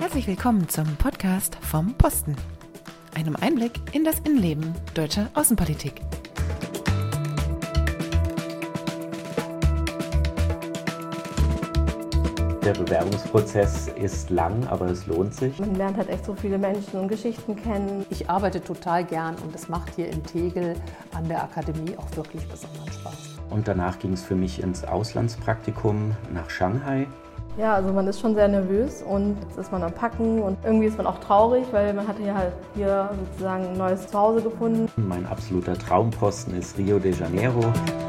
Herzlich willkommen zum Podcast vom Posten, einem Einblick in das Innenleben deutscher Außenpolitik. Der Bewerbungsprozess ist lang, aber es lohnt sich. Man lernt halt echt so viele Menschen und Geschichten kennen. Ich arbeite total gern und es macht hier in Tegel an der Akademie auch wirklich besonderen Spaß. Und danach ging es für mich ins Auslandspraktikum nach Shanghai. Ja, also man ist schon sehr nervös und jetzt ist man am Packen und irgendwie ist man auch traurig, weil man hatte ja halt hier sozusagen ein neues Zuhause gefunden. Mein absoluter Traumposten ist Rio de Janeiro.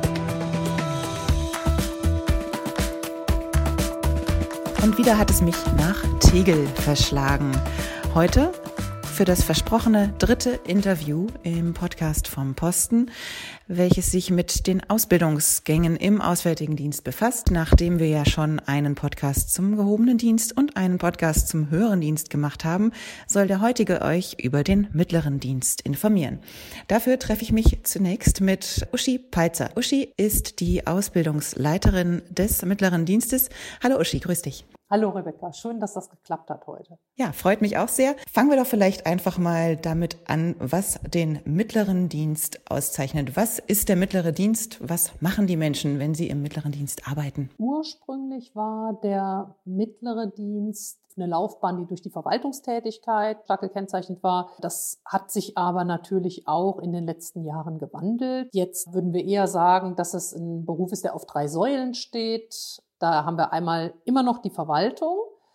Und wieder hat es mich nach Tegel verschlagen. Heute für das versprochene 3. Interview im Podcast vom Posten, welches sich mit den Ausbildungsgängen im Auswärtigen Dienst befasst. Nachdem wir ja schon einen Podcast zum gehobenen Dienst und einen Podcast zum höheren Dienst gemacht haben, soll der heutige euch über den mittleren Dienst informieren. Dafür treffe ich mich zunächst mit Uschi Peitzer. Uschi ist die Ausbildungsleiterin des mittleren Dienstes. Hallo Uschi, grüß dich. Hallo Rebecca, schön, dass das geklappt hat heute. Ja, freut mich auch sehr. Fangen wir doch vielleicht einfach mal damit an, was den mittleren Dienst auszeichnet. Was ist der mittlere Dienst? Was machen die Menschen, wenn sie im mittleren Dienst arbeiten? Ursprünglich war der mittlere Dienst eine Laufbahn, die durch die Verwaltungstätigkeit stark gekennzeichnet war. Das hat sich aber natürlich auch in den letzten Jahren gewandelt. Jetzt würden wir eher sagen, dass es ein Beruf ist, der auf 3 Säulen steht. Da haben wir einmal immer noch die Verwaltung,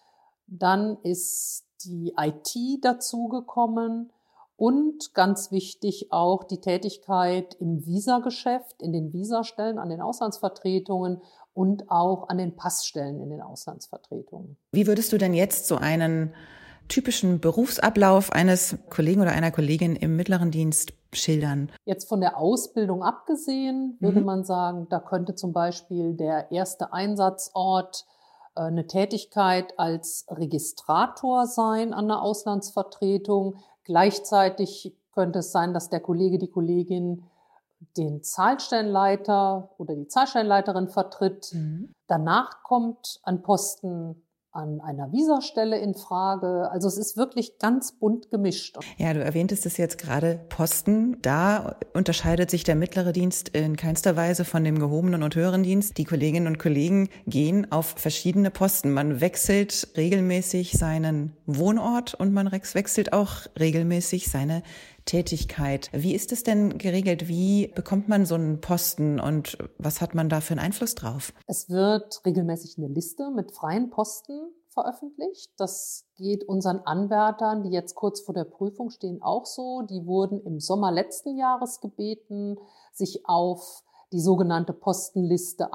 dann ist die IT dazugekommen und ganz wichtig auch die Tätigkeit im Visageschäft, in den Visastellen, an den Auslandsvertretungen und auch an den Passstellen in den Auslandsvertretungen. Wie würdest du denn jetzt so einen typischen Berufsablauf eines Kollegen oder einer Kollegin im mittleren Dienst schildern? Jetzt von der Ausbildung abgesehen, würde man sagen, da könnte zum Beispiel der erste Einsatzort eine Tätigkeit als Registrator sein an der Auslandsvertretung. Gleichzeitig könnte es sein, dass der Kollege, die Kollegin den Zahlstellenleiter oder die Zahlstellenleiterin vertritt. Danach kommt ein Posten an einer Visastelle in Frage. Also es ist wirklich ganz bunt gemischt. Ja, du erwähntest es jetzt gerade, Posten. Da unterscheidet sich der mittlere Dienst in keinster Weise von dem gehobenen und höheren Dienst. Die Kolleginnen und Kollegen gehen auf verschiedene Posten. Man wechselt regelmäßig seinen Wohnort und man wechselt auch regelmäßig seine Tätigkeit. Wie ist es denn geregelt? Wie bekommt man so einen Posten und was hat man da für einen Einfluss drauf? Es wird regelmäßig eine Liste mit freien Posten veröffentlicht. Das geht unseren Anwärtern, die jetzt kurz vor der Prüfung stehen, auch so. Die wurden im Sommer letzten Jahres gebeten, sich auf die sogenannte Postenliste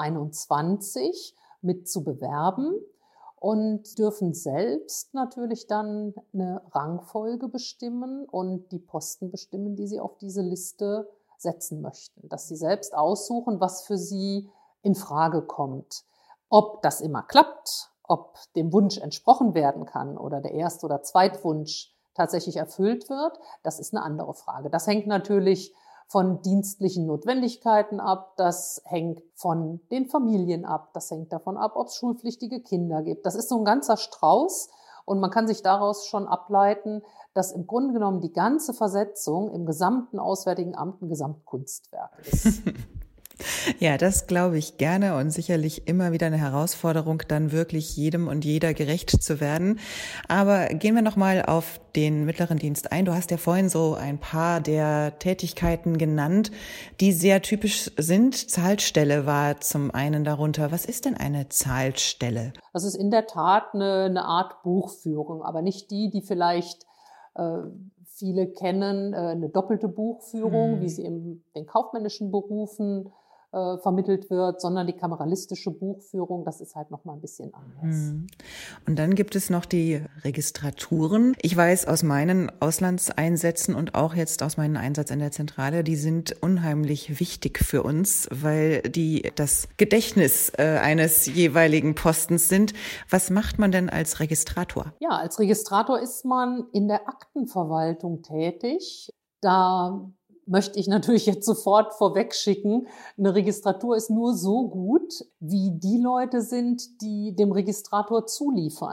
21 mit zu bewerben. Und dürfen selbst natürlich dann eine Rangfolge bestimmen und die Posten bestimmen, die sie auf diese Liste setzen möchten. Dass sie selbst aussuchen, was für sie in Frage kommt. Ob das immer klappt, ob dem Wunsch entsprochen werden kann oder der Erst- oder Zweitwunsch tatsächlich erfüllt wird, das ist eine andere Frage. Das hängt natürlich von dienstlichen Notwendigkeiten ab, das hängt von den Familien ab, das hängt davon ab, ob es schulpflichtige Kinder gibt. Das ist so ein ganzer Strauß und man kann sich daraus schon ableiten, dass im Grunde genommen die ganze Versetzung im gesamten Auswärtigen Amt ein Gesamtkunstwerk ist. Ja, das glaube ich gerne und sicherlich immer wieder eine Herausforderung, dann wirklich jedem und jeder gerecht zu werden. Aber gehen wir nochmal auf den mittleren Dienst ein. Du hast ja vorhin so ein paar der Tätigkeiten genannt, die sehr typisch sind. Zahlstelle war zum einen darunter. Was ist denn eine Zahlstelle? Das ist in der Tat eine Art Buchführung, aber nicht die vielleicht viele kennen, eine doppelte Buchführung, wie sie in den kaufmännischen Berufen vermittelt wird, sondern die kameralistische Buchführung, das ist halt noch mal ein bisschen anders. Und dann gibt es noch die Registraturen. Ich weiß aus meinen Auslandseinsätzen und auch jetzt aus meinem Einsatz in der Zentrale, die sind unheimlich wichtig für uns, weil die das Gedächtnis eines jeweiligen Postens sind. Was macht man denn als Registrator? Ja, als Registrator ist man in der Aktenverwaltung tätig. Da möchte ich natürlich jetzt sofort vorwegschicken, eine Registratur ist nur so gut, wie die Leute sind, die dem Registrator zuliefern.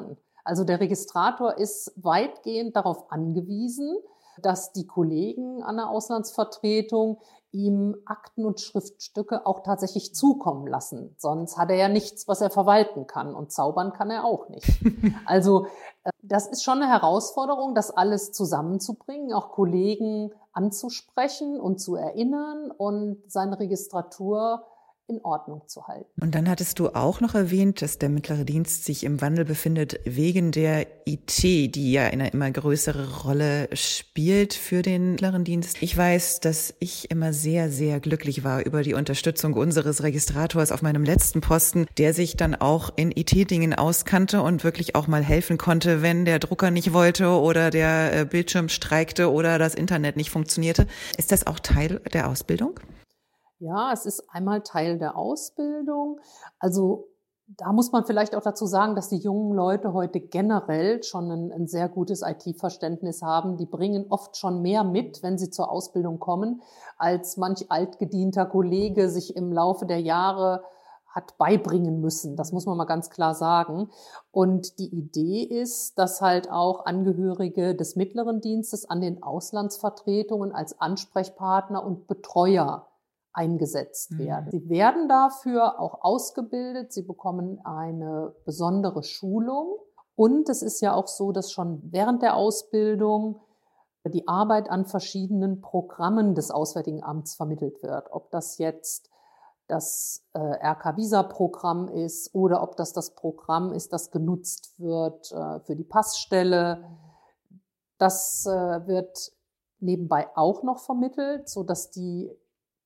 Also der Registrator ist weitgehend darauf angewiesen, dass die Kollegen an der Auslandsvertretung ihm Akten und Schriftstücke auch tatsächlich zukommen lassen. Sonst hat er ja nichts, was er verwalten kann, und zaubern kann er auch nicht. Also das ist schon eine Herausforderung, das alles zusammenzubringen, auch Kollegen anzusprechen und zu erinnern und seine Registratur in Ordnung zu halten. Und dann hattest du auch noch erwähnt, dass der mittlere Dienst sich im Wandel befindet wegen der IT, die ja eine immer größere Rolle spielt für den mittleren Dienst. Ich weiß, dass ich immer sehr, sehr glücklich war über die Unterstützung unseres Registrators auf meinem letzten Posten, der sich dann auch in IT-Dingen auskannte und wirklich auch mal helfen konnte, wenn der Drucker nicht wollte oder der Bildschirm streikte oder das Internet nicht funktionierte. Ist das auch Teil der Ausbildung? Ja, es ist einmal Teil der Ausbildung. Also da muss man vielleicht auch dazu sagen, dass die jungen Leute heute generell schon ein sehr gutes IT-Verständnis haben. Die bringen oft schon mehr mit, wenn sie zur Ausbildung kommen, als manch altgedienter Kollege sich im Laufe der Jahre hat beibringen müssen. Das muss man mal ganz klar sagen. Und die Idee ist, dass halt auch Angehörige des mittleren Dienstes an den Auslandsvertretungen als Ansprechpartner und Betreuer eingesetzt werden. Sie werden dafür auch ausgebildet, sie bekommen eine besondere Schulung, und es ist ja auch so, dass schon während der Ausbildung die Arbeit an verschiedenen Programmen des Auswärtigen Amts vermittelt wird. Ob das jetzt das RK-Visa-Programm ist oder ob das Programm ist, das genutzt wird für die Passstelle. Das wird nebenbei auch noch vermittelt, sodass diejenigen,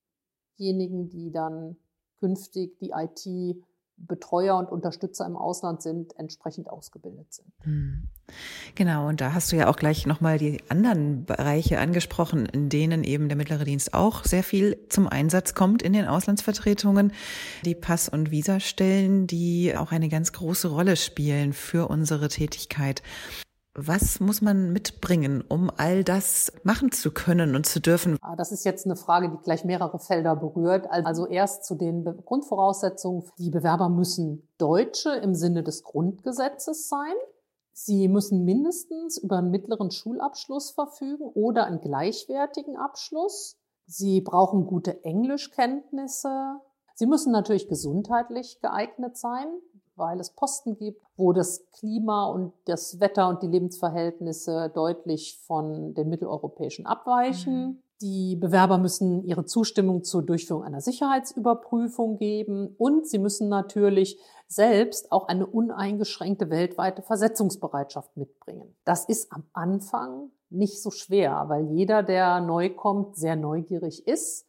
die dann künftig die IT-Betreuer und Unterstützer im Ausland sind, entsprechend ausgebildet sind. Genau, und da hast du ja auch gleich nochmal die anderen Bereiche angesprochen, in denen eben der mittlere Dienst auch sehr viel zum Einsatz kommt in den Auslandsvertretungen. Die Pass- und Visastellen, die auch eine ganz große Rolle spielen für unsere Tätigkeit. Was muss man mitbringen, um all das machen zu können und zu dürfen? Das ist jetzt eine Frage, die gleich mehrere Felder berührt. Also erst zu den Grundvoraussetzungen. Die Bewerber müssen Deutsche im Sinne des Grundgesetzes sein. Sie müssen mindestens über einen mittleren Schulabschluss verfügen oder einen gleichwertigen Abschluss. Sie brauchen gute Englischkenntnisse. Sie müssen natürlich gesundheitlich geeignet sein, weil es Posten gibt, wo das Klima und das Wetter und die Lebensverhältnisse deutlich von den mitteleuropäischen abweichen. Die Bewerber müssen ihre Zustimmung zur Durchführung einer Sicherheitsüberprüfung geben, und sie müssen natürlich selbst auch eine uneingeschränkte weltweite Versetzungsbereitschaft mitbringen. Das ist am Anfang nicht so schwer, weil jeder, der neu kommt, sehr neugierig ist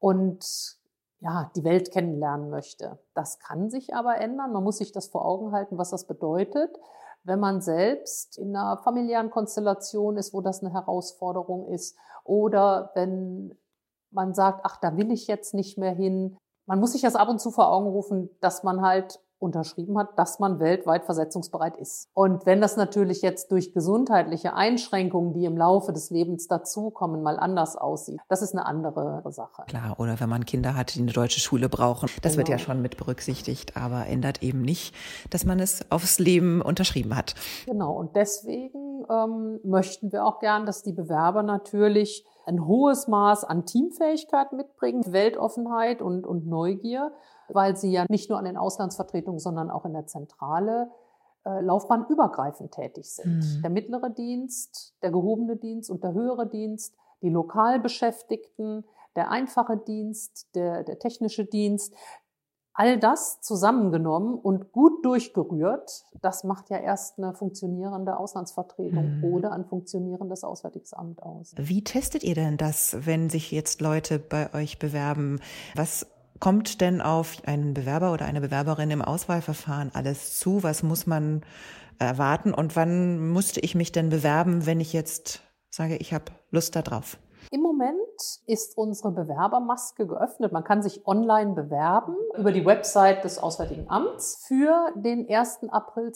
und die Welt kennenlernen möchte. Das kann sich aber ändern. Man muss sich das vor Augen halten, was das bedeutet, wenn man selbst in einer familiären Konstellation ist, wo das eine Herausforderung ist, oder wenn man sagt, ach, da will ich jetzt nicht mehr hin. Man muss sich das ab und zu vor Augen rufen, dass man halt unterschrieben hat, dass man weltweit versetzungsbereit ist. Und wenn das natürlich jetzt durch gesundheitliche Einschränkungen, die im Laufe des Lebens dazukommen, mal anders aussieht, das ist eine andere Sache. Klar, oder wenn man Kinder hat, die eine deutsche Schule brauchen. Das wird ja schon mit berücksichtigt, aber ändert eben nicht, dass man es aufs Leben unterschrieben hat. Genau, und deswegen möchten wir auch gern, dass die Bewerber natürlich ein hohes Maß an Teamfähigkeit mitbringen, Weltoffenheit und Neugier, weil sie ja nicht nur an den Auslandsvertretungen, sondern auch in der Zentrale laufbahnübergreifend tätig sind. Der mittlere Dienst, der gehobene Dienst und der höhere Dienst, die Lokalbeschäftigten, der einfache Dienst, der technische Dienst, all das zusammengenommen und gut durchgerührt, das macht ja erst eine funktionierende Auslandsvertretung oder ein funktionierendes Auswärtiges Amt aus. Wie testet ihr denn das, wenn sich jetzt Leute bei euch bewerben? Was kommt denn auf einen Bewerber oder eine Bewerberin im Auswahlverfahren alles zu? Was muss man erwarten? Und wann musste ich mich denn bewerben, wenn ich jetzt sage, ich habe Lust da drauf? Im Moment ist unsere Bewerbermaske geöffnet. Man kann sich online bewerben über die Website des Auswärtigen Amts für den 1. April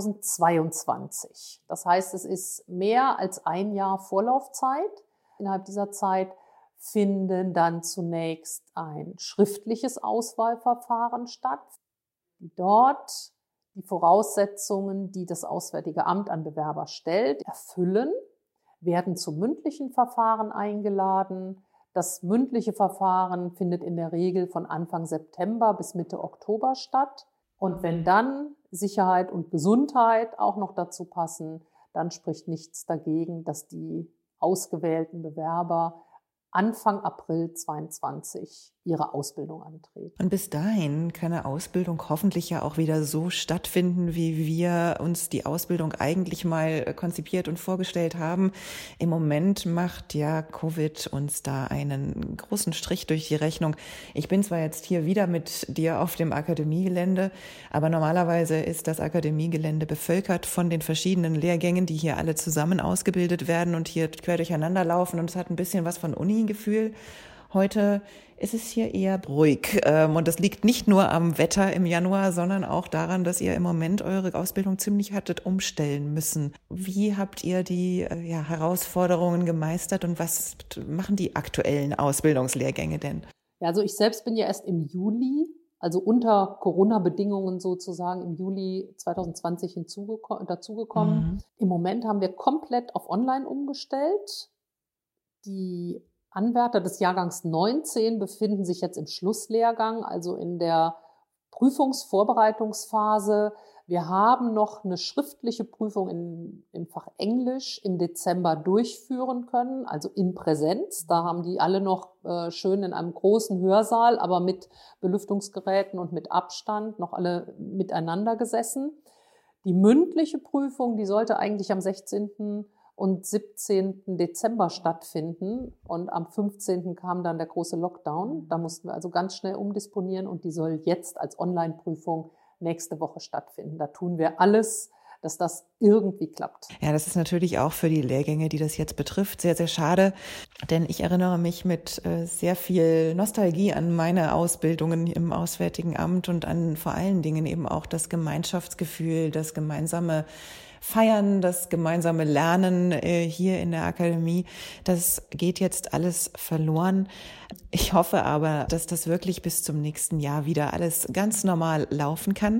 2022. Das heißt, es ist mehr als ein Jahr Vorlaufzeit. Innerhalb dieser Zeit finden dann zunächst ein schriftliches Auswahlverfahren statt, die dort die Voraussetzungen, die das Auswärtige Amt an Bewerber stellt, erfüllen, werden zum mündlichen Verfahren eingeladen. Das mündliche Verfahren findet in der Regel von Anfang September bis Mitte Oktober statt. Und wenn dann Sicherheit und Gesundheit auch noch dazu passen, dann spricht nichts dagegen, dass die ausgewählten Bewerber Anfang April 2022 ihre Ausbildung antreten. Und bis dahin kann eine Ausbildung hoffentlich ja auch wieder so stattfinden, wie wir uns die Ausbildung eigentlich mal konzipiert und vorgestellt haben. Im Moment macht ja Covid uns da einen großen Strich durch die Rechnung. Ich bin zwar jetzt hier wieder mit dir auf dem Akademiegelände, aber normalerweise ist das Akademiegelände bevölkert von den verschiedenen Lehrgängen, die hier alle zusammen ausgebildet werden und hier quer durcheinander laufen, und es hat ein bisschen was von Uni-Gefühl. Heute ist es hier eher ruhig. Und das liegt nicht nur am Wetter im Januar, sondern auch daran, dass ihr im Moment eure Ausbildung ziemlich hattet umstellen müssen. Wie habt ihr die Herausforderungen gemeistert und was machen die aktuellen Ausbildungslehrgänge denn? Ja, also ich selbst bin ja erst im Juli, also unter Corona-Bedingungen sozusagen im Juli 2020 dazugekommen. Mhm. Im Moment haben wir komplett auf Online umgestellt. Die Anwärter des Jahrgangs 19 befinden sich jetzt im Schlusslehrgang, also in der Prüfungsvorbereitungsphase. Wir haben noch eine schriftliche Prüfung im Fach Englisch im Dezember durchführen können, also in Präsenz. Da haben die alle noch schön in einem großen Hörsaal, aber mit Belüftungsgeräten und mit Abstand noch alle miteinander gesessen. Die mündliche Prüfung, die sollte eigentlich am 16. und 17. Dezember stattfinden. Und am 15. kam dann der große Lockdown. Da mussten wir also ganz schnell umdisponieren und die soll jetzt als Online-Prüfung nächste Woche stattfinden. Da tun wir alles, dass das irgendwie klappt. Ja, das ist natürlich auch für die Lehrgänge, die das jetzt betrifft, sehr, sehr schade. Denn ich erinnere mich mit sehr viel Nostalgie an meine Ausbildungen im Auswärtigen Amt und an vor allen Dingen eben auch das Gemeinschaftsgefühl, das gemeinsame Feiern, das gemeinsame Lernen hier in der Akademie. Das geht jetzt alles verloren. Ich hoffe aber, dass das wirklich bis zum nächsten Jahr wieder alles ganz normal laufen kann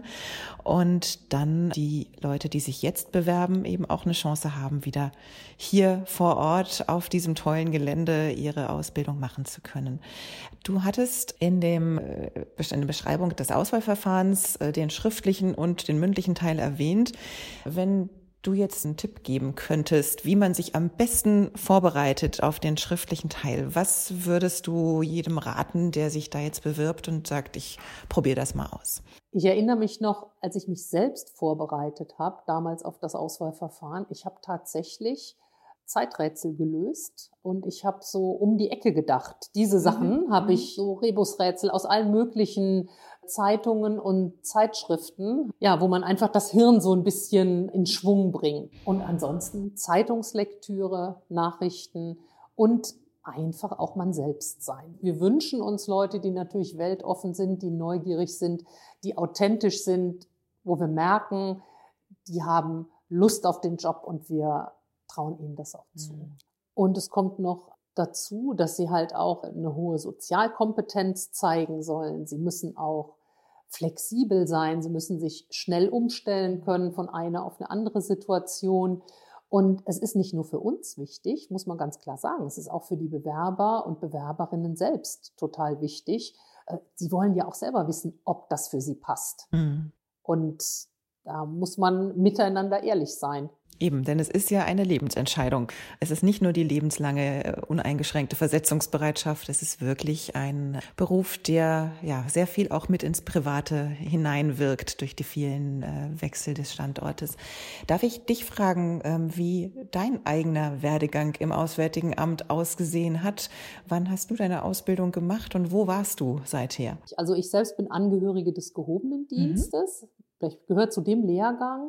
und dann die Leute, die sich jetzt bewerben, eben auch eine Chance haben, wieder hier vor Ort auf diesem tollen Gelände ihre Ausbildung machen zu können. Du hattest in der Beschreibung des Auswahlverfahrens den schriftlichen und den mündlichen Teil erwähnt. Wenn du jetzt einen Tipp geben könntest, wie man sich am besten vorbereitet auf den schriftlichen Teil, was würdest du jedem raten, der sich da jetzt bewirbt und sagt, ich probiere das mal aus? Ich erinnere mich noch, als ich mich selbst vorbereitet habe, damals auf das Auswahlverfahren, ich habe tatsächlich Zeiträtsel gelöst und ich habe so um die Ecke gedacht. Diese Sachen habe ich, so Rebusrätsel aus allen möglichen Zeitungen und Zeitschriften, ja, wo man einfach das Hirn so ein bisschen in Schwung bringt. Und ansonsten Zeitungslektüre, Nachrichten und einfach auch man selbst sein. Wir wünschen uns Leute, die natürlich weltoffen sind, die neugierig sind, die authentisch sind, wo wir merken, die haben Lust auf den Job und wir trauen ihnen das auch zu. Und es kommt noch dazu, dass sie halt auch eine hohe Sozialkompetenz zeigen sollen. Sie müssen auch flexibel sein. Sie müssen sich schnell umstellen können von einer auf eine andere Situation. Und es ist nicht nur für uns wichtig, muss man ganz klar sagen. Es ist auch für die Bewerber und Bewerberinnen selbst total wichtig. Sie wollen ja auch selber wissen, ob das für sie passt. Mhm. Und da muss man miteinander ehrlich sein. Eben, denn es ist ja eine Lebensentscheidung. Es ist nicht nur die lebenslange, uneingeschränkte Versetzungsbereitschaft. Es ist wirklich ein Beruf, der ja sehr viel auch mit ins Private hineinwirkt durch die vielen Wechsel des Standortes. Darf ich dich fragen, wie dein eigener Werdegang im Auswärtigen Amt ausgesehen hat? Wann hast du deine Ausbildung gemacht und wo warst du seither? Also ich selbst bin Angehörige des gehobenen Dienstes. Ich gehöre zu dem Lehrgang,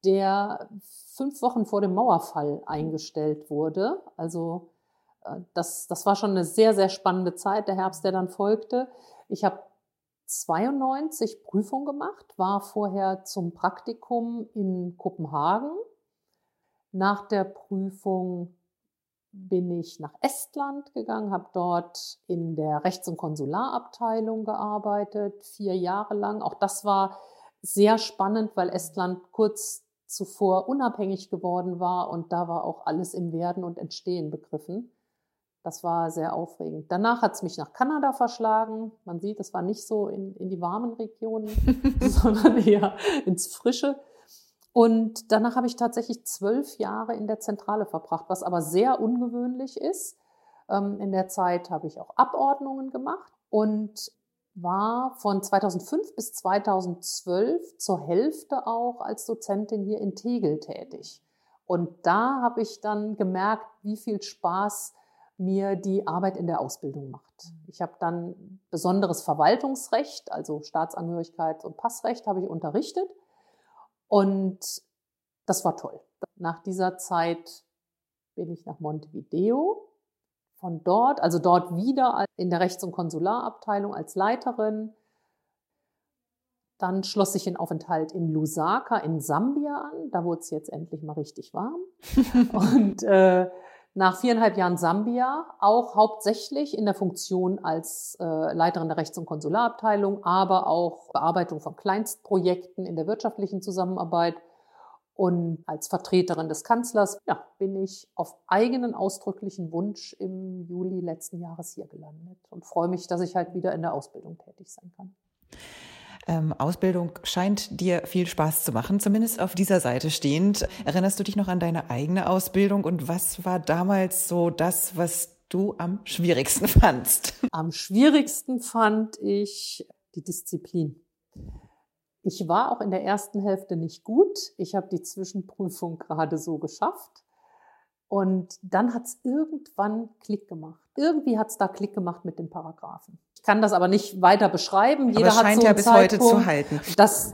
der 5 Wochen vor dem Mauerfall eingestellt wurde. Also das war schon eine sehr, sehr spannende Zeit, der Herbst, der dann folgte. Ich habe 92 Prüfungen gemacht, war vorher zum Praktikum in Kopenhagen. Nach der Prüfung bin ich nach Estland gegangen, habe dort in der Rechts- und Konsularabteilung gearbeitet, 4 Jahre lang. Auch das war sehr spannend, weil Estland kurz zuvor unabhängig geworden war und da war auch alles im Werden und Entstehen begriffen. Das war sehr aufregend. Danach hat es mich nach Kanada verschlagen. Man sieht, es war nicht so in die warmen Regionen, sondern eher ins Frische. Und danach habe ich tatsächlich 12 Jahre in der Zentrale verbracht, was aber sehr ungewöhnlich ist. In der Zeit habe ich auch Abordnungen gemacht und war von 2005 bis 2012 zur Hälfte auch als Dozentin hier in Tegel tätig. Und da habe ich dann gemerkt, wie viel Spaß mir die Arbeit in der Ausbildung macht. Ich habe dann besonderes Verwaltungsrecht, also Staatsangehörigkeit und Passrecht habe ich unterrichtet. Und das war toll. Nach dieser Zeit bin ich nach Montevideo. Von dort, also dort wieder in der Rechts- und Konsularabteilung als Leiterin. Dann schloss sich ein Aufenthalt in Lusaka in Sambia an. Da wurde es jetzt endlich mal richtig warm. Und nach 4,5 Jahren Sambia, auch hauptsächlich in der Funktion als Leiterin der Rechts- und Konsularabteilung, aber auch Bearbeitung von Kleinstprojekten in der wirtschaftlichen Zusammenarbeit. Und als Vertreterin des Kanzlers bin ich auf eigenen ausdrücklichen Wunsch im Juli letzten Jahres hier gelandet und freue mich, dass ich halt wieder in der Ausbildung tätig sein kann. Ausbildung scheint dir viel Spaß zu machen, zumindest auf dieser Seite stehend. Erinnerst du dich noch an deine eigene Ausbildung und was war damals so das, was du am schwierigsten fandst? Am schwierigsten fand ich die Disziplin. Ich war auch in der ersten Hälfte nicht gut. Ich habe die Zwischenprüfung gerade so geschafft. Und dann hat es irgendwann Klick gemacht. Irgendwie hat es da Klick gemacht mit den Paragraphen. Ich kann das aber nicht weiter beschreiben. Jeder aber es scheint ja bis heute zu halten. Das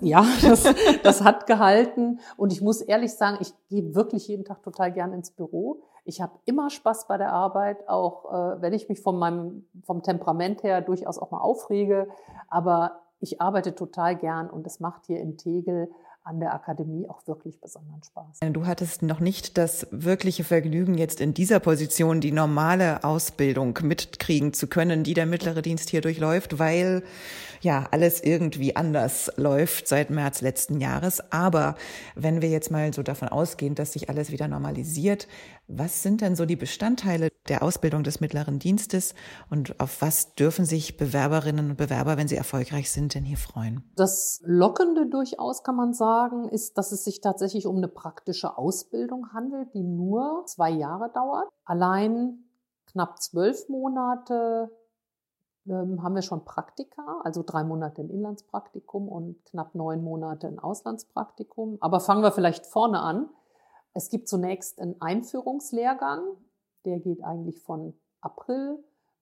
hat gehalten. Und ich muss ehrlich sagen, ich gehe wirklich jeden Tag total gern ins Büro. Ich habe immer Spaß bei der Arbeit, auch wenn ich mich vom Temperament her durchaus auch mal aufrege. Aber ich arbeite total gern und es macht hier in Tegel an der Akademie auch wirklich besonderen Spaß. Du hattest noch nicht das wirkliche Vergnügen, jetzt in dieser Position die normale Ausbildung mitkriegen zu können, die der mittlere Dienst hier durchläuft, weil ja alles irgendwie anders läuft seit März letzten Jahres. Aber wenn wir jetzt mal so davon ausgehen, dass sich alles wieder normalisiert, was sind denn so die Bestandteile der Ausbildung des mittleren Dienstes und auf was dürfen sich Bewerberinnen und Bewerber, wenn sie erfolgreich sind, denn hier freuen? Das Lockende durchaus, kann man sagen, ist, dass es sich tatsächlich um eine praktische Ausbildung handelt, die nur 2 Jahre dauert. Allein knapp 12 Monate haben wir schon Praktika, also 3 Monate ein Inlandspraktikum und knapp 9 Monate ein Auslandspraktikum. Aber fangen wir vielleicht vorne an. Es gibt zunächst einen Einführungslehrgang, der geht eigentlich von April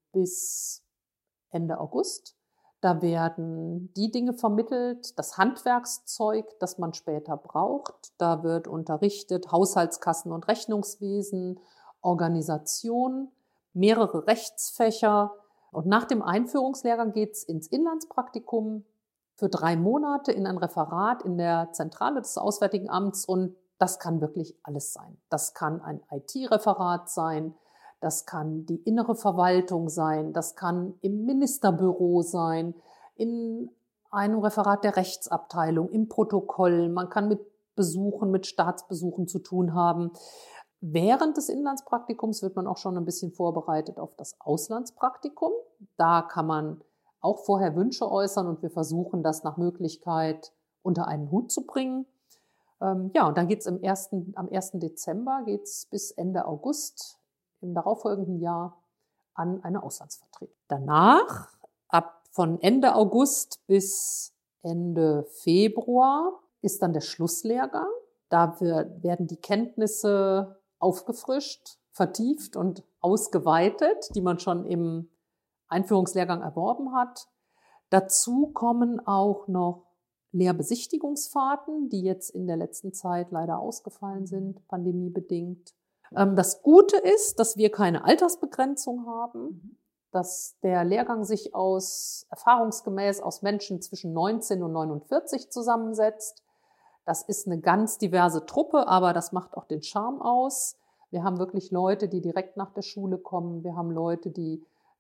bis Ende August. Da werden die Dinge vermittelt, das Handwerkszeug, das man später braucht. Da wird unterrichtet Haushaltskassen- und Rechnungswesen, Organisation, mehrere Rechtsfächer. Und nach dem Einführungslehrgang geht's ins Inlandspraktikum für 3 Monate in ein Referat in der Zentrale des Auswärtigen Amts. Und das kann wirklich alles sein. Das kann ein IT-Referat sein, das kann die innere Verwaltung sein, das kann im Ministerbüro sein, in einem Referat der Rechtsabteilung, im Protokoll. Man kann mit Besuchen, mit Staatsbesuchen zu tun haben. Während des Inlandspraktikums wird man auch schon ein bisschen vorbereitet auf das Auslandspraktikum. Da kann man auch vorher Wünsche äußern und wir versuchen, das nach Möglichkeit unter einen Hut zu bringen. Und dann geht's am 1. Dezember geht's bis Ende August im darauffolgenden Jahr an eine Auslandsvertretung. Danach, von Ende August bis Ende Februar, ist dann der Schlusslehrgang. Da werden die Kenntnisse aufgefrischt, vertieft und ausgeweitet, die man schon im Einführungslehrgang erworben hat. Dazu kommen auch noch Lehrbesichtigungsfahrten, die jetzt in der letzten Zeit leider ausgefallen sind, pandemiebedingt. Das Gute ist, dass wir keine Altersbegrenzung haben, dass der Lehrgang sich erfahrungsgemäß aus Menschen zwischen 19 und 49 zusammensetzt. Das ist eine ganz diverse Truppe, aber das macht auch den Charme aus. Wir haben wirklich Leute, die direkt nach der Schule kommen. Wir haben Leute, die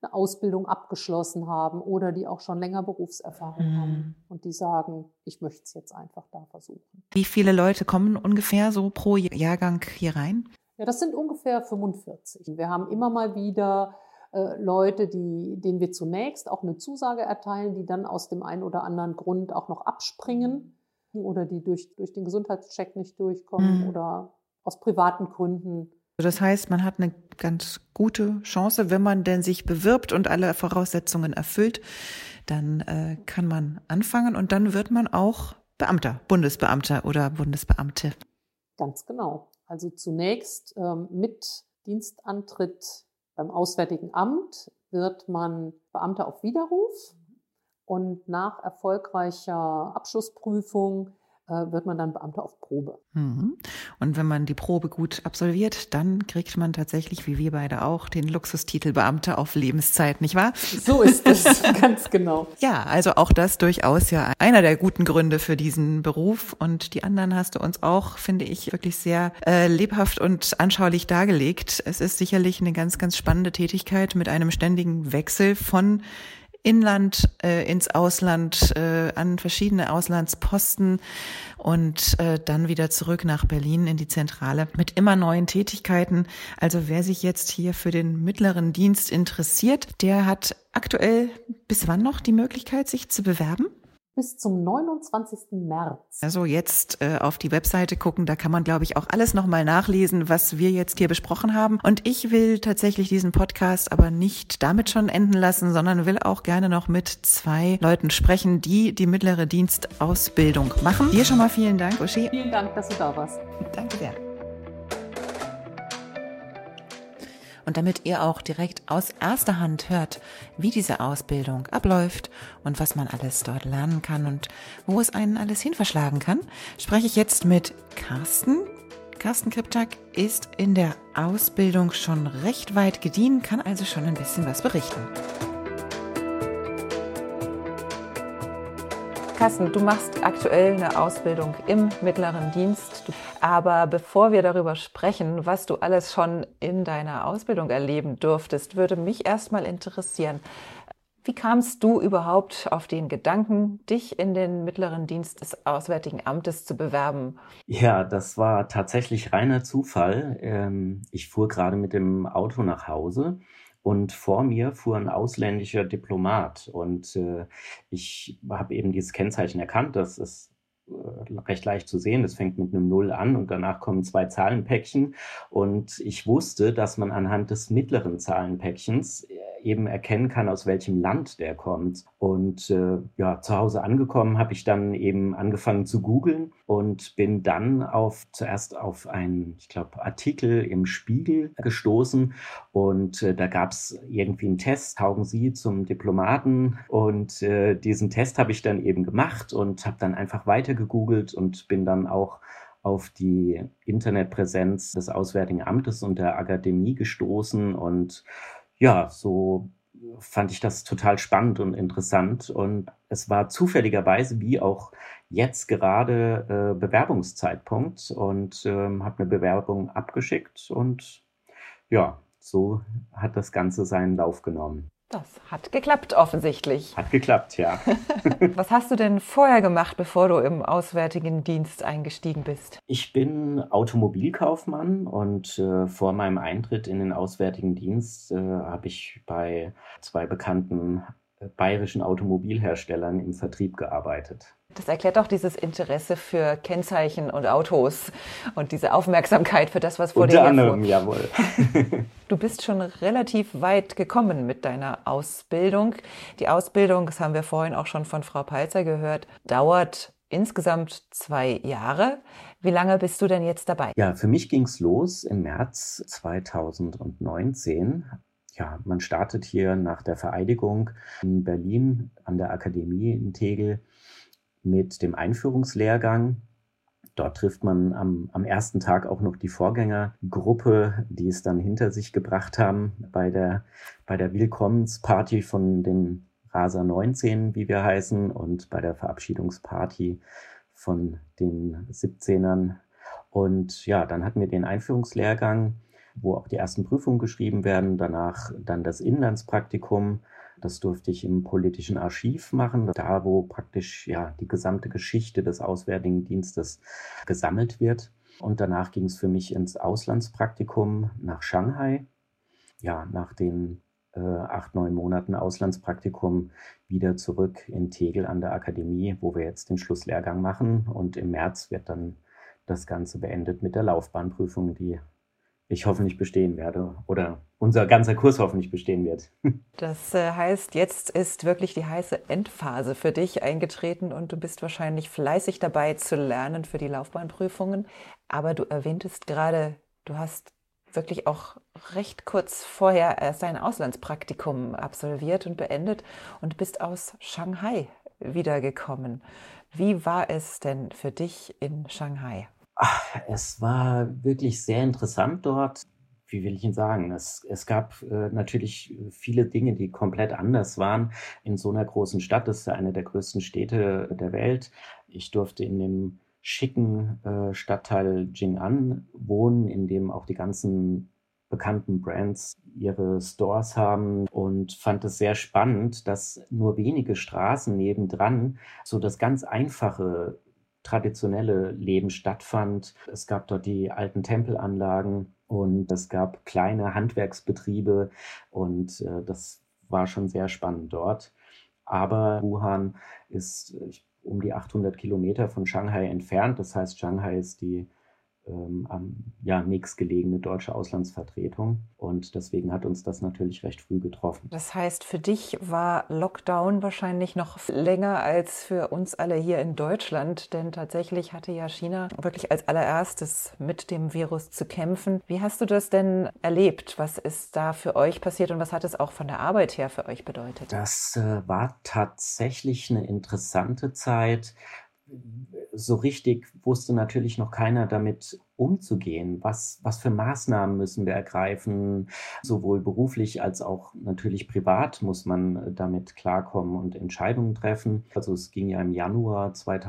eine Ausbildung abgeschlossen haben oder die auch schon länger Berufserfahrung haben und die sagen, ich möchte es jetzt einfach da versuchen. Wie viele Leute kommen ungefähr so pro Jahrgang hier rein? Ja, das sind ungefähr 45. Wir haben immer mal wieder Leute, denen wir zunächst auch eine Zusage erteilen, die dann aus dem einen oder anderen Grund auch noch abspringen oder die durch den Gesundheitscheck nicht durchkommen oder aus privaten Gründen. Das heißt, man hat eine ganz gute Chance, wenn man denn sich bewirbt und alle Voraussetzungen erfüllt, dann kann man anfangen und dann wird man auch Beamter, Bundesbeamter oder Bundesbeamte. Ganz genau. Also zunächst mit Dienstantritt beim Auswärtigen Amt wird man Beamter auf Widerruf und nach erfolgreicher Abschlussprüfung wird man dann Beamter auf Probe. Und wenn man die Probe gut absolviert, dann kriegt man tatsächlich, wie wir beide auch, den Luxustitel Beamter auf Lebenszeit, nicht wahr? So ist es, ganz genau. Ja, also auch das durchaus ja einer der guten Gründe für diesen Beruf. Und die anderen hast du uns auch, finde ich, wirklich sehr lebhaft und anschaulich dargelegt. Es ist sicherlich eine ganz, ganz spannende Tätigkeit mit einem ständigen Wechsel von Inland ins Ausland, an verschiedene Auslandsposten und dann wieder zurück nach Berlin in die Zentrale mit immer neuen Tätigkeiten. Also wer sich jetzt hier für den mittleren Dienst interessiert, der hat aktuell bis wann noch die Möglichkeit, sich zu bewerben? Bis zum 29. März. Also jetzt auf die Webseite gucken, da kann man, glaube ich, auch alles nochmal nachlesen, was wir jetzt hier besprochen haben. Und ich will tatsächlich diesen Podcast aber nicht damit schon enden lassen, sondern will auch gerne noch mit 2 Leuten sprechen, die die mittlere Dienstausbildung machen. Dir schon mal vielen Dank, Uschi. Vielen Dank, dass du da warst. Danke sehr. Und damit ihr auch direkt aus erster Hand hört, wie diese Ausbildung abläuft und was man alles dort lernen kann und wo es einen alles hin verschlagen kann, spreche ich jetzt mit Carsten. Carsten Kriptak ist in der Ausbildung schon recht weit gediehen, kann also schon ein bisschen was berichten. Carsten, du machst aktuell eine Ausbildung im mittleren Dienst. Aber bevor wir darüber sprechen, was du alles schon in deiner Ausbildung erleben durftest, würde mich erstmal interessieren, wie kamst du überhaupt auf den Gedanken, dich in den mittleren Dienst des Auswärtigen Amtes zu bewerben? Ja, das war tatsächlich reiner Zufall. Ich fuhr gerade mit dem Auto nach Hause. Und vor mir fuhr ein ausländischer Diplomat und ich habe eben dieses Kennzeichen erkannt, das ist recht leicht zu sehen, das fängt mit einem 0 an und danach kommen 2 Zahlenpäckchen und ich wusste, dass man anhand des mittleren Zahlenpäckchens eben erkennen kann, aus welchem Land der kommt. Und zu Hause angekommen habe ich dann eben angefangen zu googeln und bin dann zuerst auf einen, ich glaube, Artikel im Spiegel gestoßen und da gab es irgendwie einen Test, taugen Sie zum Diplomaten? Und diesen Test habe ich dann eben gemacht und habe dann einfach weiter gegoogelt und bin dann auch auf die Internetpräsenz des Auswärtigen Amtes und der Akademie gestoßen und ja, so fand ich das total spannend und interessant und es war zufälligerweise wie auch jetzt gerade Bewerbungszeitpunkt und habe eine Bewerbung abgeschickt und ja, so hat das Ganze seinen Lauf genommen. Das hat geklappt offensichtlich. Hat geklappt, ja. Was hast du denn vorher gemacht, bevor du im Auswärtigen Dienst eingestiegen bist? Ich bin Automobilkaufmann und vor meinem Eintritt in den Auswärtigen Dienst habe ich bei 2 bekannten bayerischen Automobilherstellern im Vertrieb gearbeitet. Das erklärt auch dieses Interesse für Kennzeichen und Autos und diese Aufmerksamkeit für das, was vor dir herfuhr. Unter anderem, jawohl. Du bist schon relativ weit gekommen mit deiner Ausbildung. Die Ausbildung, das haben wir vorhin auch schon von Frau Peitzer gehört, dauert insgesamt 2 Jahre. Wie lange bist du denn jetzt dabei? Ja, für mich ging's los im März 2019. Ja, man startet hier nach der Vereidigung in Berlin an der Akademie in Tegel mit dem Einführungslehrgang. Dort trifft man am ersten Tag auch noch die Vorgängergruppe, die es dann hinter sich gebracht haben bei der Willkommensparty von den Rasa 19, wie wir heißen, und bei der Verabschiedungsparty von den 17ern. Und ja, dann hatten wir den Einführungslehrgang wo auch die ersten Prüfungen geschrieben werden. Danach dann das Inlandspraktikum. Das durfte ich im politischen Archiv machen, da wo praktisch die gesamte Geschichte des Auswärtigen Dienstes gesammelt wird. Und danach ging es für mich ins Auslandspraktikum nach Shanghai. Ja, nach den 8-9 Monaten Auslandspraktikum wieder zurück in Tegel an der Akademie, wo wir jetzt den Schlusslehrgang machen. Und im März wird dann das Ganze beendet mit der Laufbahnprüfung, die ich hoffentlich bestehen werde oder unser ganzer Kurs hoffentlich bestehen wird. Das heißt, jetzt ist wirklich die heiße Endphase für dich eingetreten und du bist wahrscheinlich fleißig dabei zu lernen für die Laufbahnprüfungen. Aber du erwähntest gerade, du hast wirklich auch recht kurz vorher erst ein Auslandspraktikum absolviert und beendet und bist aus Shanghai wiedergekommen. Wie war es denn für dich in Shanghai? Es war wirklich sehr interessant dort. Wie will ich Ihnen sagen? Es gab natürlich viele Dinge, die komplett anders waren in so einer großen Stadt. Das ist eine der größten Städte der Welt. Ich durfte in dem schicken Stadtteil Jing'an wohnen, in dem auch die ganzen bekannten Brands ihre Stores haben, und fand es sehr spannend, dass nur wenige Straßen nebendran so das ganz einfache traditionelle Leben stattfand. Es gab dort die alten Tempelanlagen und es gab kleine Handwerksbetriebe und das war schon sehr spannend dort. Aber Wuhan ist um die 800 Kilometer von Shanghai entfernt. Das heißt, Shanghai ist die nächstgelegene deutsche Auslandsvertretung. Und deswegen hat uns das natürlich recht früh getroffen. Das heißt, für dich war Lockdown wahrscheinlich noch länger als für uns alle hier in Deutschland, denn tatsächlich hatte ja China wirklich als allererstes mit dem Virus zu kämpfen. Wie hast du das denn erlebt? Was ist da für euch passiert und was hat es auch von der Arbeit her für euch bedeutet? Das war tatsächlich eine interessante Zeit. So richtig wusste natürlich noch keiner damit umzugehen. Was für Maßnahmen müssen wir ergreifen? Sowohl beruflich als auch natürlich privat muss man damit klarkommen und Entscheidungen treffen. Also es ging ja im Januar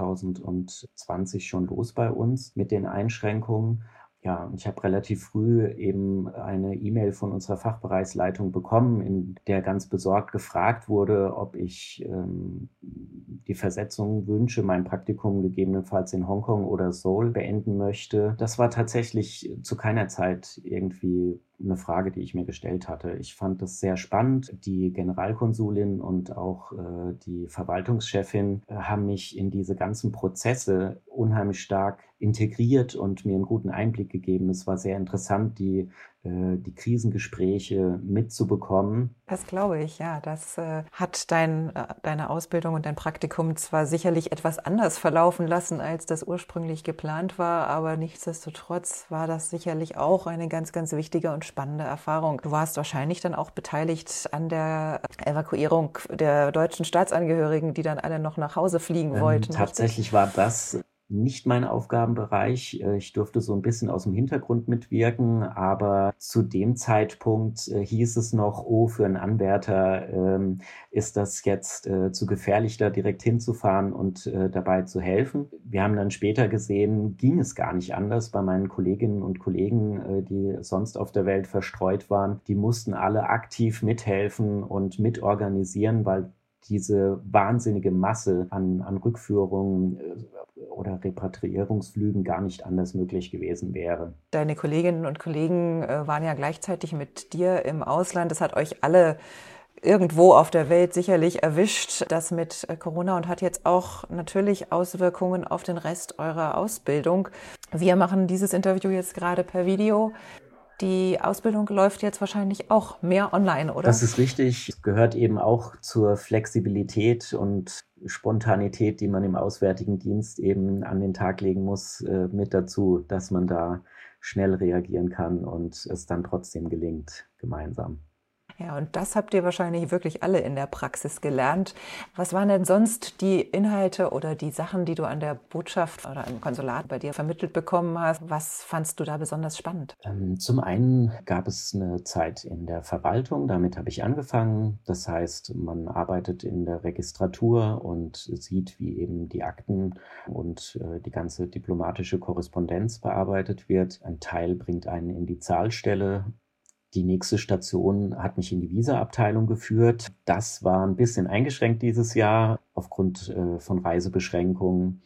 2020 schon los bei uns mit den Einschränkungen. Ja, ich habe relativ früh eben eine E-Mail von unserer Fachbereichsleitung bekommen, in der ganz besorgt gefragt wurde, ob ich die Versetzung wünsche, mein Praktikum gegebenenfalls in Hongkong oder Seoul beenden möchte. Das war tatsächlich zu keiner Zeit irgendwie eine Frage, die ich mir gestellt hatte. Ich fand das sehr spannend. Die Generalkonsulin und auch die Verwaltungschefin haben mich in diese ganzen Prozesse unheimlich stark integriert und mir einen guten Einblick gegeben. Es war sehr interessant, die Krisengespräche mitzubekommen. Das glaube ich, ja. Das hat deine Ausbildung und dein Praktikum zwar sicherlich etwas anders verlaufen lassen, als das ursprünglich geplant war, aber nichtsdestotrotz war das sicherlich auch eine ganz, ganz wichtige und spannende Erfahrung. Du warst wahrscheinlich dann auch beteiligt an der Evakuierung der deutschen Staatsangehörigen, die dann alle noch nach Hause fliegen wollten. Tatsächlich war das nicht mein Aufgabenbereich. Ich durfte so ein bisschen aus dem Hintergrund mitwirken, aber zu dem Zeitpunkt hieß es noch, für einen Anwärter ist das jetzt zu gefährlich, da direkt hinzufahren und dabei zu helfen. Wir haben dann später gesehen, ging es gar nicht anders bei meinen Kolleginnen und Kollegen, die sonst auf der Welt verstreut waren. Die mussten alle aktiv mithelfen und mitorganisieren, weil diese wahnsinnige Masse an Rückführungen oder Repatriierungsflügen gar nicht anders möglich gewesen wäre. Deine Kolleginnen und Kollegen waren ja gleichzeitig mit dir im Ausland. Das hat euch alle irgendwo auf der Welt sicherlich erwischt, das mit Corona, und hat jetzt auch natürlich Auswirkungen auf den Rest eurer Ausbildung. Wir machen dieses Interview jetzt gerade per Video. Die Ausbildung läuft jetzt wahrscheinlich auch mehr online, oder? Das ist richtig. Es gehört eben auch zur Flexibilität und Spontanität, die man im Auswärtigen Dienst eben an den Tag legen muss, mit dazu, dass man da schnell reagieren kann und es dann trotzdem gelingt, gemeinsam. Ja, und das habt ihr wahrscheinlich wirklich alle in der Praxis gelernt. Was waren denn sonst die Inhalte oder die Sachen, die du an der Botschaft oder im Konsulat bei dir vermittelt bekommen hast? Was fandst du da besonders spannend? Zum einen gab es eine Zeit in der Verwaltung, damit habe ich angefangen. Das heißt, man arbeitet in der Registratur und sieht, wie eben die Akten und die ganze diplomatische Korrespondenz bearbeitet wird. Ein Teil bringt einen in die Zahlstelle. Die nächste Station hat mich in die Visa-Abteilung geführt. Das war ein bisschen eingeschränkt dieses Jahr aufgrund von Reisebeschränkungen.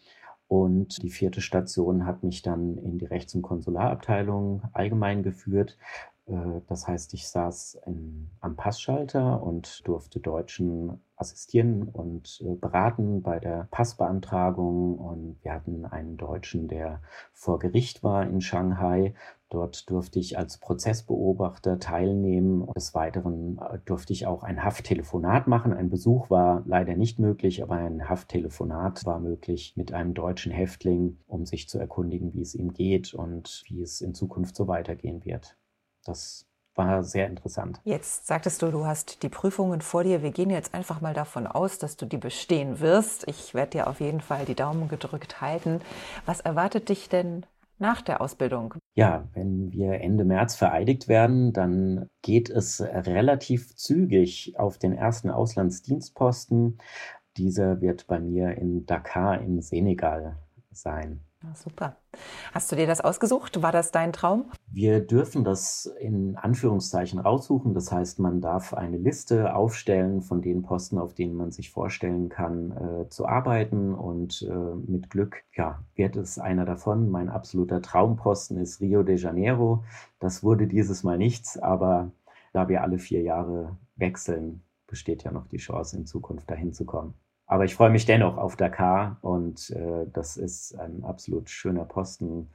Und die 4. Station hat mich dann in die Rechts- und Konsularabteilung allgemein geführt. Das heißt, ich saß am Passschalter und durfte Deutschen assistieren und beraten bei der Passbeantragung. Und wir hatten einen Deutschen, der vor Gericht war in Shanghai. Dort durfte ich als Prozessbeobachter teilnehmen. Des Weiteren durfte ich auch ein Hafttelefonat machen. Ein Besuch war leider nicht möglich, aber ein Hafttelefonat war möglich mit einem deutschen Häftling, um sich zu erkundigen, wie es ihm geht und wie es in Zukunft so weitergehen wird. Das war sehr interessant. Jetzt sagtest du, du hast die Prüfungen vor dir. Wir gehen jetzt einfach mal davon aus, dass du die bestehen wirst. Ich werde dir auf jeden Fall die Daumen gedrückt halten. Was erwartet dich denn nach der Ausbildung? Ja, wenn wir Ende März vereidigt werden, dann geht es relativ zügig auf den ersten Auslandsdienstposten. Dieser wird bei mir in Dakar im Senegal sein. Ja, super. Hast du dir das ausgesucht? War das dein Traum? Wir dürfen das in Anführungszeichen raussuchen. Das heißt, man darf eine Liste aufstellen von den Posten, auf denen man sich vorstellen kann, zu arbeiten. Und mit Glück, ja, wird es einer davon. Mein absoluter Traumposten ist Rio de Janeiro. Das wurde dieses Mal nichts, aber da wir alle 4 Jahre wechseln, besteht ja noch die Chance, in Zukunft dahin zu kommen. Aber ich freue mich dennoch auf Dakar und das ist ein absolut schöner Posten.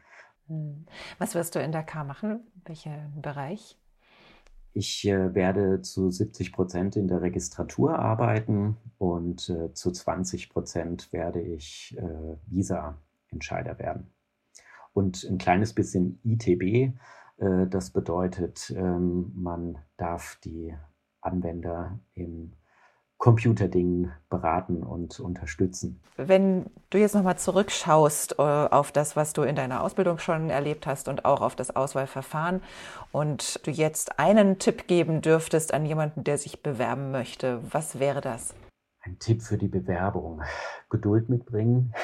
Was wirst du in Dakar machen? Welchen Bereich? Ich werde zu 70% in der Registratur arbeiten und zu 20% werde ich Visa-Entscheider werden. Und ein kleines bisschen ITB, das bedeutet, man darf die Anwender im Computerdingen beraten und unterstützen. Wenn du jetzt nochmal zurückschaust auf das, was du in deiner Ausbildung schon erlebt hast und auch auf das Auswahlverfahren und du jetzt einen Tipp geben dürftest an jemanden, der sich bewerben möchte, was wäre das? Ein Tipp für die Bewerbung: Geduld mitbringen.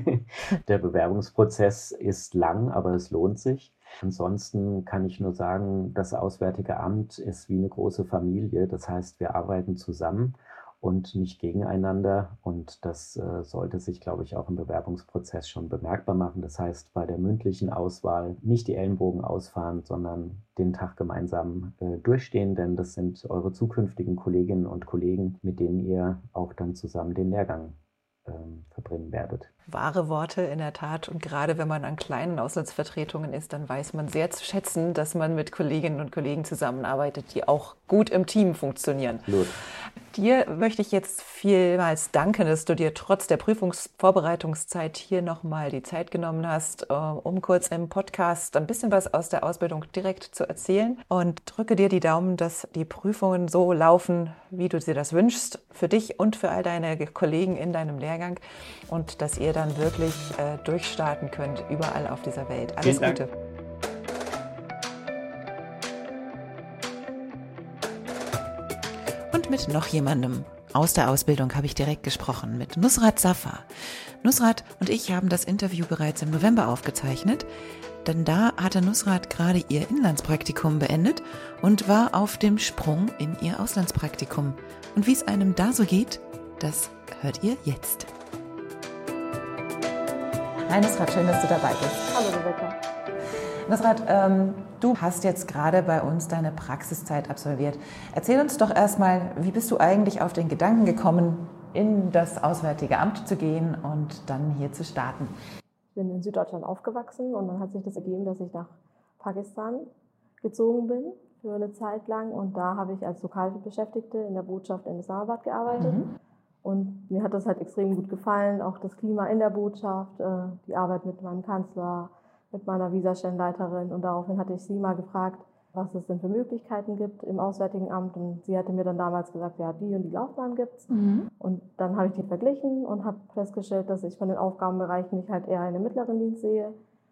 Der Bewerbungsprozess ist lang, aber es lohnt sich. Ansonsten kann ich nur sagen, das Auswärtige Amt ist wie eine große Familie. Das heißt, wir arbeiten zusammen und nicht gegeneinander. Und das sollte sich, glaube ich, auch im Bewerbungsprozess schon bemerkbar machen. Das heißt, bei der mündlichen Auswahl nicht die Ellenbogen ausfahren, sondern den Tag gemeinsam durchstehen, denn das sind eure zukünftigen Kolleginnen und Kollegen, mit denen ihr auch dann zusammen den Lehrgang verbringen werdet. Wahre Worte in der Tat. Und gerade wenn man an kleinen Auslandsvertretungen ist, dann weiß man sehr zu schätzen, dass man mit Kolleginnen und Kollegen zusammenarbeitet, die auch gut im Team funktionieren. Absolut. Dir möchte ich jetzt vielmals danken, dass du dir trotz der Prüfungsvorbereitungszeit hier nochmal die Zeit genommen hast, um kurz im Podcast ein bisschen was aus der Ausbildung direkt zu erzählen. Und drücke dir die Daumen, dass die Prüfungen so laufen, wie du dir das wünschst, für dich und für all deine Kollegen in deinem Lehrgang. Und dass ihr dann wirklich durchstarten könnt, überall auf dieser Welt. Alles Gute. Und mit noch jemandem aus der Ausbildung habe ich direkt gesprochen, mit Nusrat Safar. Nusrat und ich haben das Interview bereits im November aufgezeichnet, denn da hatte Nusrat gerade ihr Inlandspraktikum beendet und war auf dem Sprung in ihr Auslandspraktikum. Und wie es einem da so geht, das hört ihr jetzt. Hi Nusrat, schön, dass du dabei bist. Hallo Rebecca. Nusrat, du hast jetzt gerade bei uns deine Praxiszeit absolviert. Erzähl uns doch erstmal, wie bist du eigentlich auf den Gedanken gekommen, in das Auswärtige Amt zu gehen und dann hier zu starten? Ich bin in Süddeutschland aufgewachsen und dann hat sich das ergeben, dass ich nach Pakistan gezogen bin für eine Zeit lang. Und da habe ich als Lokalbeschäftigte in der Botschaft in Islamabad gearbeitet. Und mir hat das halt extrem gut gefallen, auch das Klima in der Botschaft, die Arbeit mit meinem Kanzler, mit meiner Visastellenleiterin. Und daraufhin hatte ich sie mal gefragt, was es denn für Möglichkeiten gibt im Auswärtigen Amt. Und sie hatte mir dann damals gesagt, ja, die und die Laufbahn gibt's. Und dann habe ich die verglichen und habe festgestellt, dass ich von den Aufgabenbereichen mich halt eher in den mittleren Dienst sehe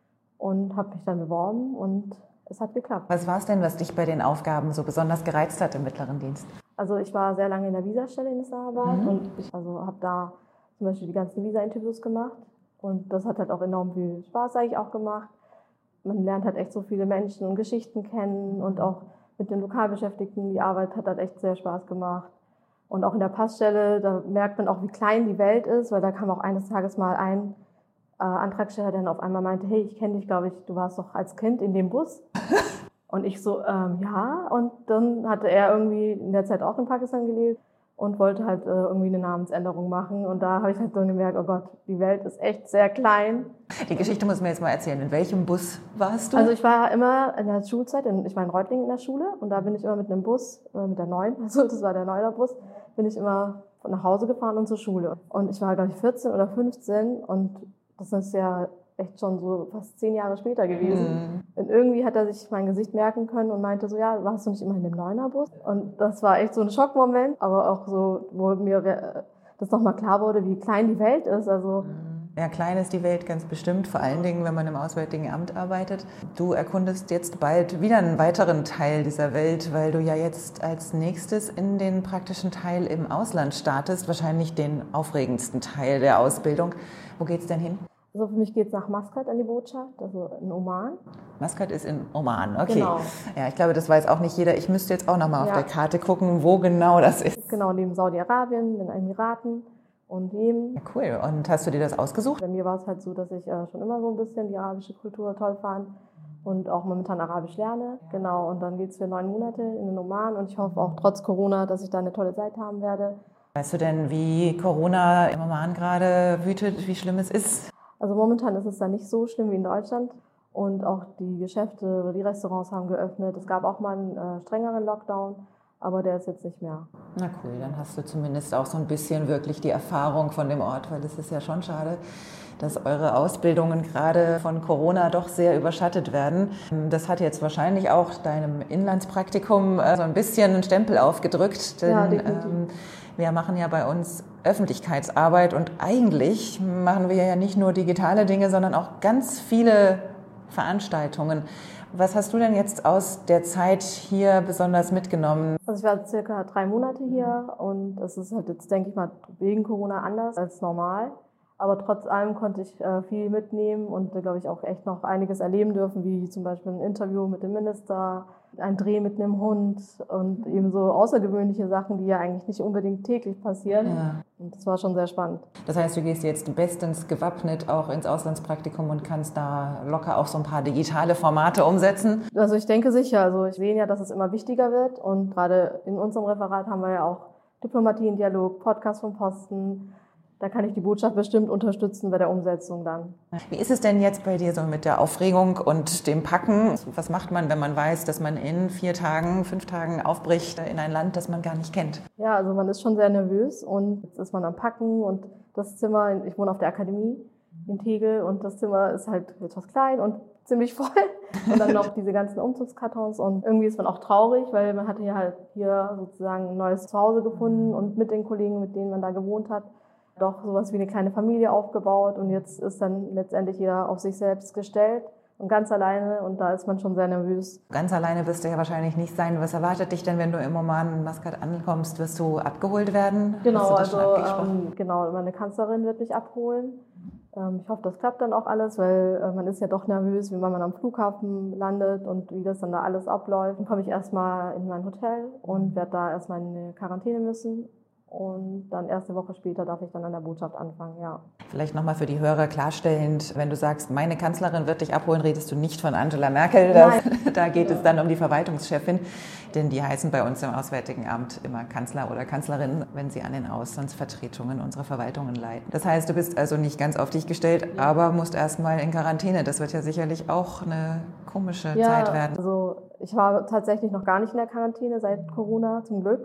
und habe mich dann beworben und es hat geklappt. Was war es denn, was dich bei den Aufgaben so besonders gereizt hat im mittleren Dienst? Also ich war sehr lange in der Visastelle in Islamabad und ich habe da zum Beispiel die ganzen Visa-Interviews gemacht und das hat halt auch enorm viel Spaß eigentlich auch gemacht. Man lernt halt echt so viele Menschen und Geschichten kennen und auch mit den Lokalbeschäftigten, die Arbeit hat halt echt sehr Spaß gemacht. Und auch in der Passstelle, da merkt man auch, wie klein die Welt ist, weil da kam auch eines Tages mal ein Antragsteller, der dann auf einmal meinte, hey, ich kenne dich, glaube ich, du warst doch als Kind in dem Bus. Und ich so, ja. Und dann hatte er irgendwie in der Zeit auch in Pakistan gelebt und wollte halt irgendwie eine Namensänderung machen. Und da habe ich halt so gemerkt, oh Gott, die Welt ist echt sehr klein. Die Geschichte muss mir jetzt mal erzählen. In welchem Bus warst du? Also ich war immer in der Schulzeit, ich war in Reutlingen in der Schule und da bin ich immer mit einem Bus, mit der 9, also das war der 9er Bus, bin ich immer nach Hause gefahren und zur Schule. Und ich war, glaube ich, 14 oder 15 und das ist ja echt schon so fast 10 Jahre später gewesen. Und irgendwie hat er sich mein Gesicht merken können und meinte so, ja, warst du nicht immer in dem 9er Bus? Und das war echt so ein Schockmoment, aber auch so, wo mir das nochmal klar wurde, wie klein die Welt ist. Also ja, klein ist die Welt ganz bestimmt, vor allen Dingen, wenn man im Auswärtigen Amt arbeitet. Du erkundest jetzt bald wieder einen weiteren Teil dieser Welt, weil du ja jetzt als nächstes in den praktischen Teil im Ausland startest, wahrscheinlich den aufregendsten Teil der Ausbildung. Wo geht's denn hin? Also für mich geht's nach Maskat an die Botschaft, also in Oman. Maskat ist in Oman, okay. Genau. Ja, ich glaube, das weiß auch nicht jeder. Ich müsste jetzt auch nochmal auf der Karte gucken, wo genau das ist. Genau, neben Saudi-Arabien, den Emiraten und Jemen. Ja, cool. Und hast du dir das ausgesucht? Bei mir war es halt so, dass ich schon immer so ein bisschen die arabische Kultur toll fand und auch momentan Arabisch lerne. Genau, und dann geht's für 9 Monate in den Oman und ich hoffe auch trotz Corona, dass ich da eine tolle Zeit haben werde. Weißt du denn, wie Corona im Oman gerade wütet, wie schlimm es ist? Also momentan ist es da nicht so schlimm wie in Deutschland und auch die Geschäfte oder die Restaurants haben geöffnet. Es gab auch mal einen strengeren Lockdown, aber der ist jetzt nicht mehr. Na cool, dann hast du zumindest auch so ein bisschen wirklich die Erfahrung von dem Ort, weil es ist ja schon schade, dass eure Ausbildungen gerade von Corona doch sehr überschattet werden. Das hat jetzt wahrscheinlich auch deinem Inlandspraktikum so ein bisschen einen Stempel aufgedrückt, denn ja, definitiv. Wir machen ja bei uns Öffentlichkeitsarbeit und eigentlich machen wir ja nicht nur digitale Dinge, sondern auch ganz viele Veranstaltungen. Was hast du denn jetzt aus der Zeit hier besonders mitgenommen? Also ich war circa 3 Monate hier und es ist halt jetzt, denke ich mal, wegen Corona anders als normal. Aber trotz allem konnte ich viel mitnehmen und, glaube ich, auch echt noch einiges erleben dürfen, wie zum Beispiel ein Interview mit dem Minister, ein Dreh mit einem Hund und eben so außergewöhnliche Sachen, die ja eigentlich nicht unbedingt täglich passieren. Ja. Und das war schon sehr spannend. Das heißt, du gehst jetzt bestens gewappnet auch ins Auslandspraktikum und kannst da locker auch so ein paar digitale Formate umsetzen? Also ich denke sicher. Also ich sehe ja, dass es immer wichtiger wird und gerade in unserem Referat haben wir ja auch Diplomatie in Dialog, Podcast vom Posten. Da kann ich die Botschaft bestimmt unterstützen bei der Umsetzung dann. Wie ist es denn jetzt bei dir so mit der Aufregung und dem Packen? Was macht man, wenn man weiß, dass man in 4 Tagen, 5 Tagen aufbricht in ein Land, das man gar nicht kennt? Ja, also man ist schon sehr nervös und jetzt ist man am Packen und das Zimmer, ich wohne auf der Akademie in Tegel und das Zimmer ist halt etwas klein und ziemlich voll. Und dann noch diese ganzen Umzugskartons und irgendwie ist man auch traurig, weil man hatte ja halt hier sozusagen ein neues Zuhause gefunden und mit den Kollegen, mit denen man da gewohnt hat, doch sowas wie eine kleine Familie aufgebaut und jetzt ist dann letztendlich jeder auf sich selbst gestellt und ganz alleine und da ist man schon sehr nervös. Ganz alleine wirst du ja wahrscheinlich nicht sein. Was erwartet dich denn, wenn du im Oman in Maskat ankommst? Wirst du abgeholt werden? Genau, also genau, meine Kanzlerin wird mich abholen. Ich hoffe, das klappt dann auch alles, weil man ist ja doch nervös, wie man am Flughafen landet und wie das dann da alles abläuft. Dann komme ich erstmal in mein Hotel und werde da erstmal in eine Quarantäne müssen. Und dann erst eine Woche später darf ich dann an der Botschaft anfangen, ja. Vielleicht nochmal für die Hörer klarstellend, wenn du sagst, meine Kanzlerin wird dich abholen, redest du nicht von Angela Merkel. Da geht es dann um die Verwaltungschefin, denn die heißen bei uns im Auswärtigen Amt immer Kanzler oder Kanzlerin, wenn sie an den Auslandsvertretungen unserer Verwaltungen leiten. Das heißt, du bist also nicht ganz auf dich gestellt, aber musst erstmal in Quarantäne. Das wird ja sicherlich auch eine komische Zeit werden. Also ich war tatsächlich noch gar nicht in der Quarantäne seit Corona, zum Glück.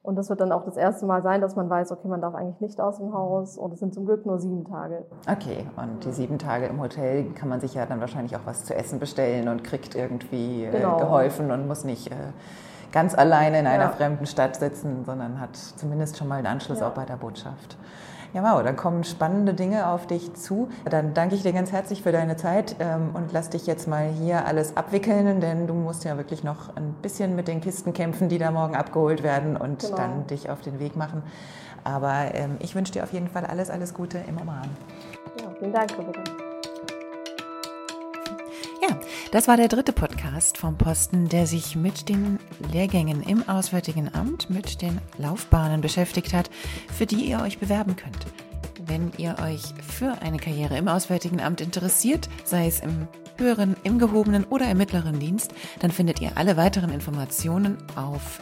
Und das wird dann auch das erste Mal sein, dass man weiß, okay, man darf eigentlich nicht aus dem Haus und es sind zum Glück nur 7 Tage. Okay, und die 7 Tage im Hotel kann man sich ja dann wahrscheinlich auch was zu essen bestellen und kriegt irgendwie geholfen und muss nicht ganz alleine in einer fremden Stadt sitzen, sondern hat zumindest schon mal einen Anschluss auch bei der Botschaft. Ja, wow, dann kommen spannende Dinge auf dich zu. Dann danke ich dir ganz herzlich für deine Zeit und lass dich jetzt mal hier alles abwickeln, denn du musst ja wirklich noch ein bisschen mit den Kisten kämpfen, die da morgen abgeholt werden und dann dich auf den Weg machen. Aber ich wünsche dir auf jeden Fall alles Gute im Oman. Ja, vielen Dank, Rebecca. Ja, das war der 3. Podcast vom Posten, der sich mit den Lehrgängen im Auswärtigen Amt, mit den Laufbahnen beschäftigt hat, für die ihr euch bewerben könnt. Wenn ihr euch für eine Karriere im Auswärtigen Amt interessiert, sei es im höheren, im gehobenen oder im mittleren Dienst, dann findet ihr alle weiteren Informationen auf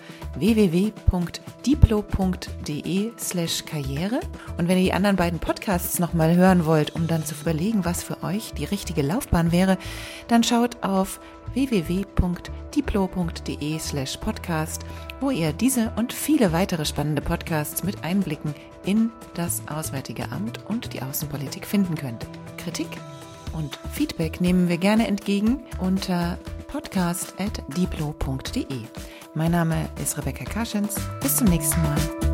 www.diplo.de/karriere. Und wenn ihr die anderen beiden Podcasts nochmal hören wollt, um dann zu überlegen, was für euch die richtige Laufbahn wäre, dann schaut auf www.diplo.de/podcast, wo ihr diese und viele weitere spannende Podcasts mit Einblicken in das Auswärtige Amt und die Außenpolitik finden könnt. Kritik und Feedback nehmen wir gerne entgegen unter podcast@diplo.de. Mein Name ist Rebecca Kaschens. Bis zum nächsten Mal.